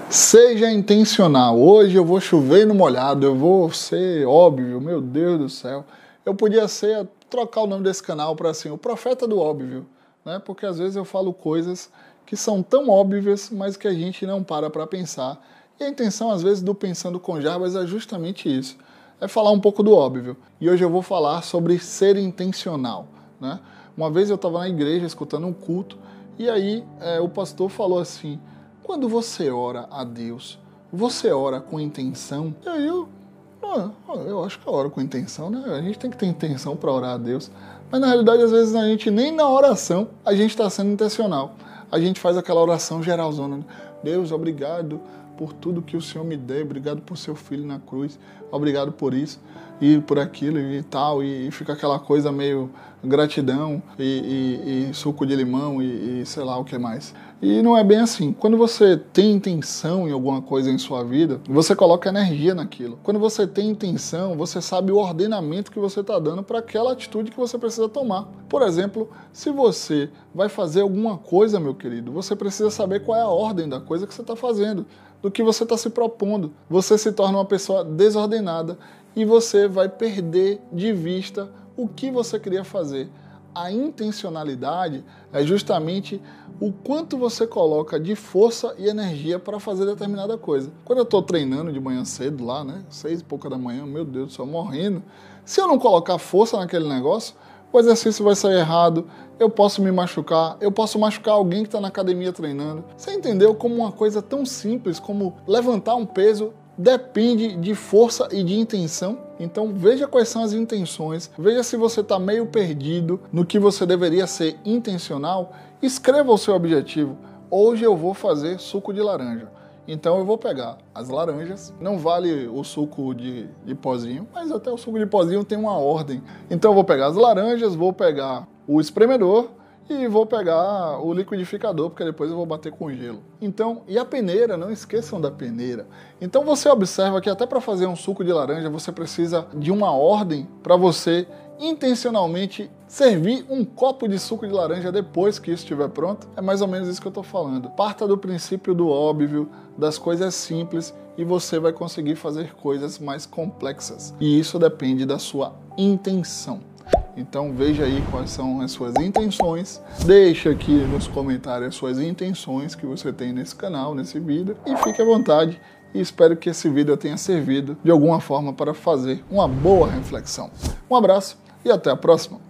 Seja intencional. Hoje eu vou chover no molhado, eu vou ser óbvio, meu Deus do céu. Eu podia trocar o nome desse canal para assim, o profeta do óbvio, né? Porque às vezes eu falo coisas que são tão óbvias, mas que a gente não para pensar. E a intenção às vezes do Pensando com Jarbas é justamente isso, é falar um pouco do óbvio. E hoje eu vou falar sobre ser intencional, né? Uma vez eu estava na igreja escutando um culto e aí o pastor falou assim: quando você ora a Deus, você ora com intenção? E aí eu acho que eu oro com intenção, né? A gente tem que ter intenção para orar a Deus. Mas na realidade, às vezes, a gente nem na oração, a gente está sendo intencional. A gente faz aquela oração geralzona, né? Deus, obrigado por tudo que o Senhor me deu, obrigado por seu filho na cruz, obrigado por isso e por aquilo e tal, e fica aquela coisa meio gratidão e suco de limão e sei lá o que mais. E não é bem assim. Quando você tem intenção em alguma coisa em sua vida, você coloca energia naquilo. Quando você tem intenção, você sabe o ordenamento que você está dando para aquela atitude que você precisa tomar. Por exemplo, se você vai fazer alguma coisa, meu querido, você precisa saber qual é a ordem da coisa que você está fazendo, do que você está se propondo. Você se torna uma pessoa desordenada e você vai perder de vista o que você queria fazer. A intencionalidade é justamente o quanto você coloca de força e energia para fazer determinada coisa. Quando eu estou treinando de manhã cedo lá, né, 6 e pouca da manhã, meu Deus do céu, morrendo, se eu não colocar força naquele negócio, o exercício vai sair errado, eu posso me machucar, eu posso machucar alguém que está na academia treinando. Você entendeu como uma coisa tão simples como levantar um peso depende de força e de intenção? Então veja quais são as intenções, veja se você está meio perdido no que você deveria ser intencional, escreva o seu objetivo. Hoje eu vou fazer suco de laranja. Então eu vou pegar as laranjas, não vale o suco de pozinho, mas até o suco de pozinho tem uma ordem. Então eu vou pegar as laranjas, vou pegar o espremedor e vou pegar o liquidificador, porque depois eu vou bater com gelo. Então, e a peneira, não esqueçam da peneira. Então você observa que até para fazer um suco de laranja você precisa de uma ordem para você intencionalmente servir um copo de suco de laranja depois que isso estiver pronto. É mais ou menos isso que eu estou falando. Parta do princípio do óbvio, das coisas simples, e você vai conseguir fazer coisas mais complexas. E isso depende da sua intenção. Então veja aí quais são as suas intenções, deixa aqui nos comentários as suas intenções que você tem nesse canal, nesse vídeo, e fique à vontade, e espero que esse vídeo tenha servido de alguma forma para fazer uma boa reflexão. Um abraço e até a próxima!